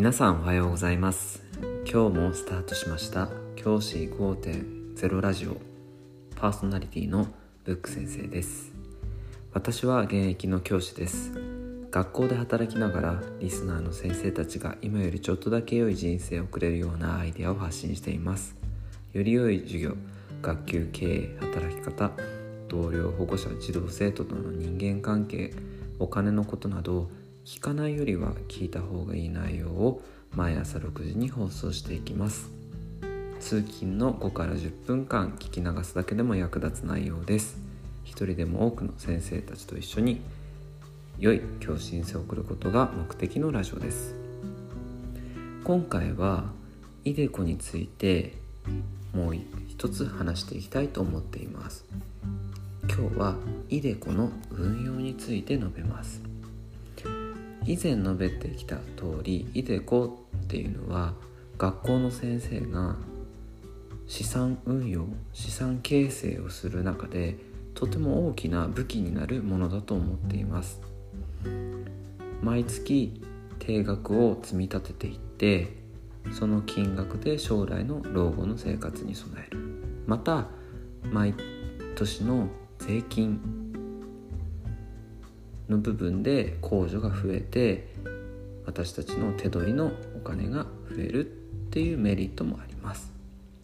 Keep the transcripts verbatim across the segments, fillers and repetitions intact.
皆さんおはようございます。今日もスタートしました教師 ごてんゼロ ラジオ、パーソナリティのブック先生です。私は現役の教師です。学校で働きながらリスナーの先生たちが今よりちょっとだけ良い人生を送れるようなアイデアを発信しています。より良い授業、学級経営、働き方、同僚、保護者、児童生徒との人間関係、お金のことなど聞かないよりは聞いた方がいい内容を毎朝ろくじに放送していきます。通勤のごからじゅっぷんかん聞き流すだけでも役立つ内容です。一人でも多くの先生たちと一緒に良い教師人生を送ることが目的のラジオです。今回はイデコについてもう一つ話していきたいと思っています。今日はイデコの運用について述べます。以前述べてきた通り、イデコっていうのは学校の先生が資産運用、資産形成をする中でとても大きな武器になるものだと思っています。毎月定額を積み立てていって、その金額で将来の老後の生活に備える。また毎年の税金の部分で控除が増えて、私たちの手取りのお金が増えるっていうメリットもあります。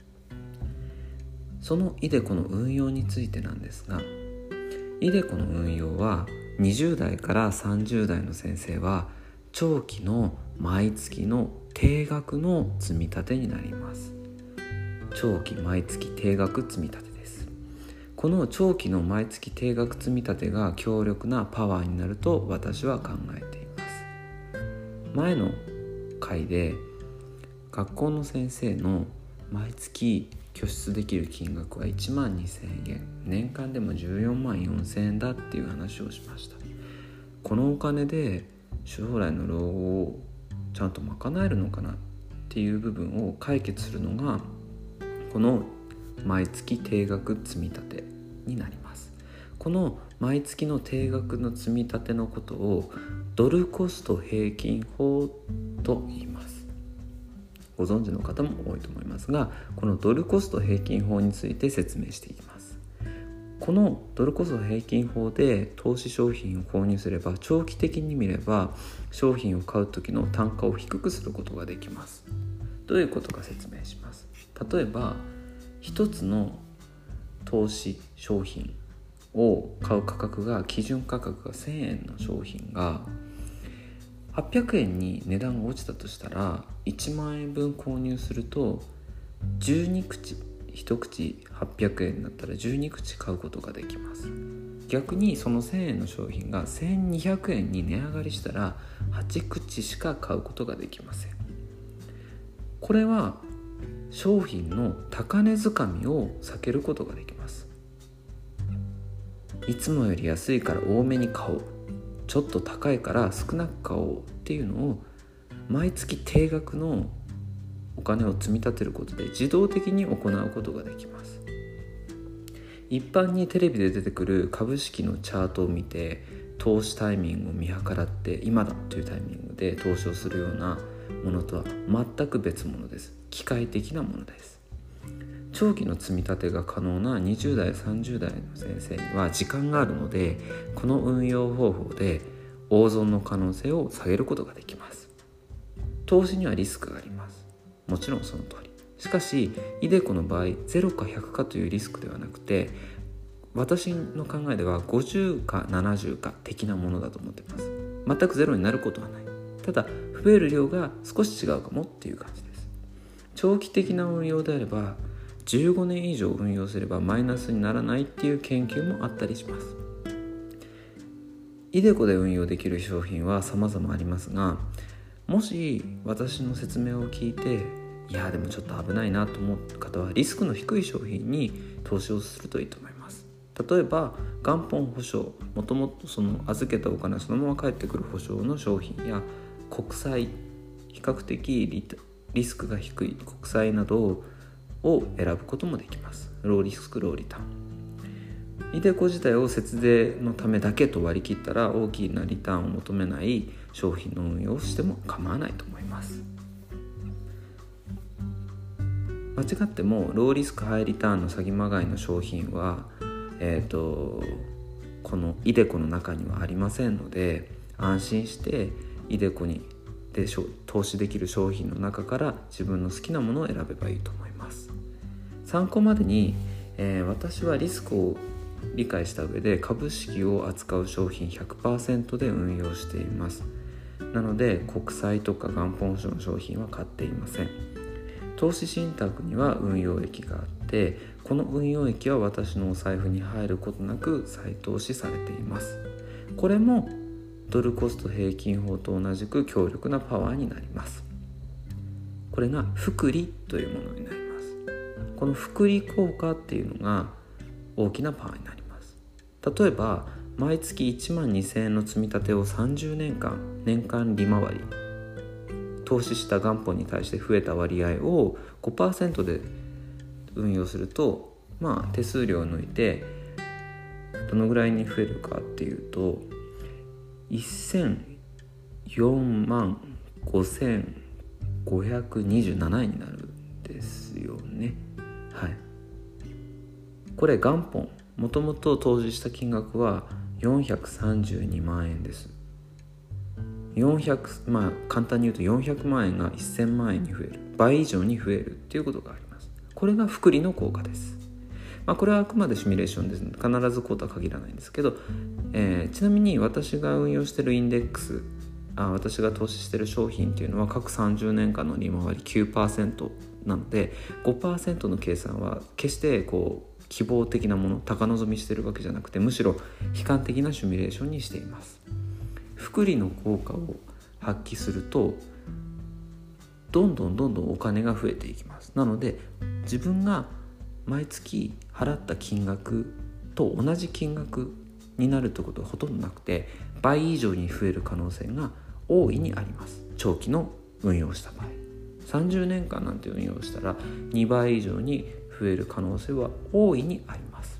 そのイデコの運用についてなんですが、イデコの運用はにじゅう代からさんじゅう代の先生は長期の毎月の定額の積み立てになります。長期毎月定額積み立てです。この長期の毎月定額積み立てが強力なパワーになると私は考えています。前の回で学校の先生の毎月拠出できる金額はいちまんにせんえん、年間でもじゅうよんまんよんせんえんだっていう話をしました。このお金で将来の老後をちゃんと賄えるのかなっていう部分を解決するのがこの毎月定額積み立てになります。この毎月の定額の積み立てのことをドルコスト平均法と言います。ご存知の方も多いと思いますが、このドルコスト平均法について説明していきます。このドルコスト平均法で投資商品を購入すれば、長期的に見れば商品を買う時の単価を低くすることができます。どういうことか説明します。例えば一つの投資商品を買う価格が、基準価格がせんえんの商品がはっぴゃくえんに値段が落ちたとしたら、いちまんえんぶん購入するとじゅうに口、いち口はっぴゃくえんだったらじゅうに口買うことができます。逆にそのせんえんの商品がせんにひゃくえんに値上がりしたらはち口しか買うことができません。これは商品の高値掴みを避けることができます。いつもより安いから多めに買おう、ちょっと高いから少なく買おうっていうのを毎月定額のお金を積み立てることで自動的に行うことができます。一般にテレビで出てくる株式のチャートを見て投資タイミングを見計らって今だというタイミングで投資をするようなものとは全く別物です。機械的なものです。長期の積み立てが可能なにじゅう代さんじゅう代の先生には時間があるので、この運用方法で大損の可能性を下げることができます。投資にはリスクがあります。もちろんその通り。しかしイデコの場合ゼロかひゃくかというリスクではなくて、私の考えではごじゅうかななじゅうか的なものだと思っています。全くゼロになることはない。ただ増える量が少し違うかもっていう感じです。長期的な運用であればじゅうごねん以上運用すればマイナスにならないっていう研究もあったりします。イデコで運用できる商品は様々ありますが、もし私の説明を聞いて、いやでもちょっと危ないなと思う方はリスクの低い商品に投資をするといいと思います。例えば元本保証、もともとその預けたお金そのまま返ってくる保証の商品や国債、比較的 リ, リスクが低い国債などを選ぶこともできます。ローリスクローリターン。イデコ自体を節税のためだけと割り切ったら大きなリターンを求めない商品の運用をしても構わないと思います。 ます。間違ってもローリスクハイリターンの詐欺まがいの商品は、えーと、このイデコの中にはありませんので、安心してイデコにで投資できる商品の中から自分の好きなものを選べばいいと思います。参考までに、えー、私はリスクを理解した上で株式を扱う商品 ひゃくパーセント で運用しています。なので国債とか元本保証の商品は買っていません。投資信託には運用益があって、この運用益は私のお財布に入ることなく再投資されています。これもドルコスト平均法と同じく強力なパワーになります。これが複利というものになります。この複利効果っていうのが大きなパワーになります。例えば毎月いちまんにせんえんの積み立てをさんじゅうねんかん年間利回り、投資した元本に対して増えた割合を ごパーセント で運用すると、まあ手数料を抜いてどのぐらいに増えるかっていうとせんよんまんごせんごひゃくにじゅうななえんになるんですよね。はい。これ元本、もともと投資した金額はよんひゃくさんじゅうにまんえんです。よんひゃくまあ簡単に言うとよんひゃくまんえんがせんまんえんに増える、倍以上に増えるっていうことがあります。これが複利の効果です。まあ、これはあくまでシミュレーションですので必ずこうとは限らないんですけど、えー、ちなみに私が運用しているインデックス、あ私が投資している商品っていうのは各さんじゅうねんかんの利回り きゅうパーセント なので ごパーセント の計算は決してこう希望的なもの、高望みしているわけじゃなくて、むしろ悲観的なシミュレーションにしています。複利の効果を発揮するとどんどんどんどんお金が増えていきます。なので自分が毎月払った金額と同じ金額になるってことはほとんどなくて、倍以上に増える可能性が大いにあります。長期の運用した場合、さんじゅうねんかんなんて運用したらにばい以上に増える可能性は大いにあります。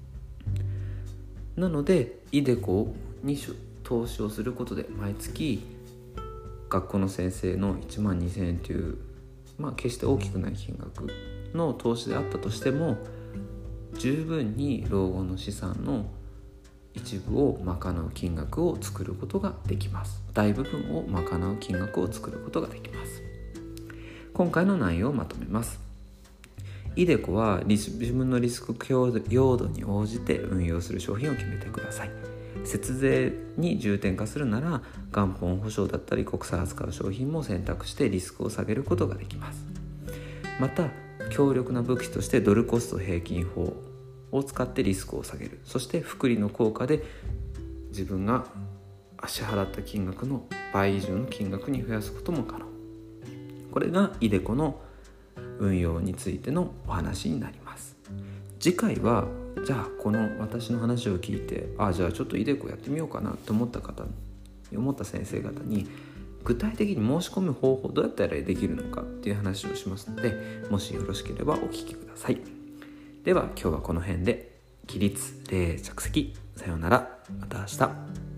なのでイデコに投資をすることで毎月学校の先生のいちまんにせんえんという、まあ決して大きくない金額の投資であったとしても、十分に老後の資産の一部を賄う金額を作ることができます。大部分を賄う金額を作ることができます。今回の内容をまとめます。イデコは自分のリスク用度に応じて運用する商品を決めてください。節税に重点化するなら元本保証だったり国債を扱う商品も選択してリスクを下げることができます。また強力な武器としてドルコスト平均法を使ってリスクを下げる、そして複利の効果で自分が支払った金額の倍以上の金額に増やすことも可能。これがイデコの運用についてのお話になります。次回はじゃあこの私の話を聞いて、あじゃあちょっとイデコやってみようかなと思った方に思った先生方に具体的に申し込む方法どうやったらできるのかっていう話をしますので、もしよろしければお聞きください。では今日はこの辺で。起立、礼、着席、さようなら、また明日。